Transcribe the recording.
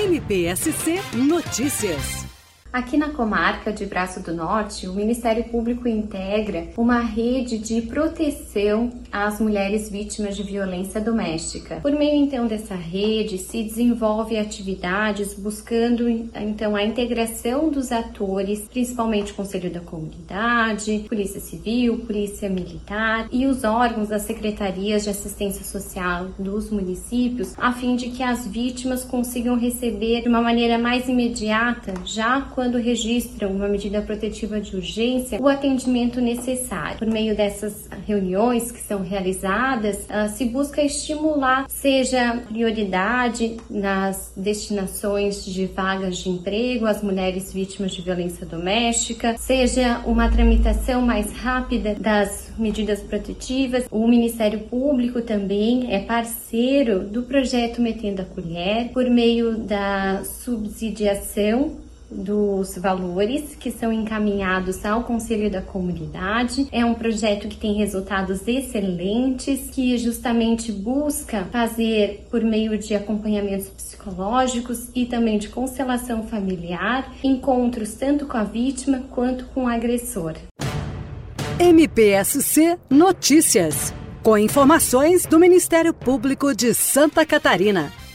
MPSC Notícias. Aqui na comarca de Braço do Norte, o Ministério Público integra uma rede de proteção às mulheres vítimas de violência doméstica. Por meio, então, dessa rede, se desenvolve atividades buscando, então, a integração dos atores, principalmente o Conselho da Comunidade, Polícia Civil, Polícia Militar e os órgãos das Secretarias de Assistência Social dos municípios, a fim de que as vítimas consigam receber de uma maneira mais imediata, já quando registram uma medida protetiva de urgência, o atendimento necessário. Por meio dessas reuniões que são realizadas, se busca estimular, seja prioridade nas destinações de vagas de emprego às mulheres vítimas de violência doméstica, seja uma tramitação mais rápida das medidas protetivas. O Ministério Público também é parceiro do projeto Metendo a Colher, por meio da subsidiação dos valores que são encaminhados ao Conselho da Comunidade. É um projeto que tem resultados excelentes, que justamente busca fazer, por meio de acompanhamentos psicológicos e também de constelação familiar, encontros tanto com a vítima quanto com o agressor. MPSC Notícias, com informações do Ministério Público de Santa Catarina.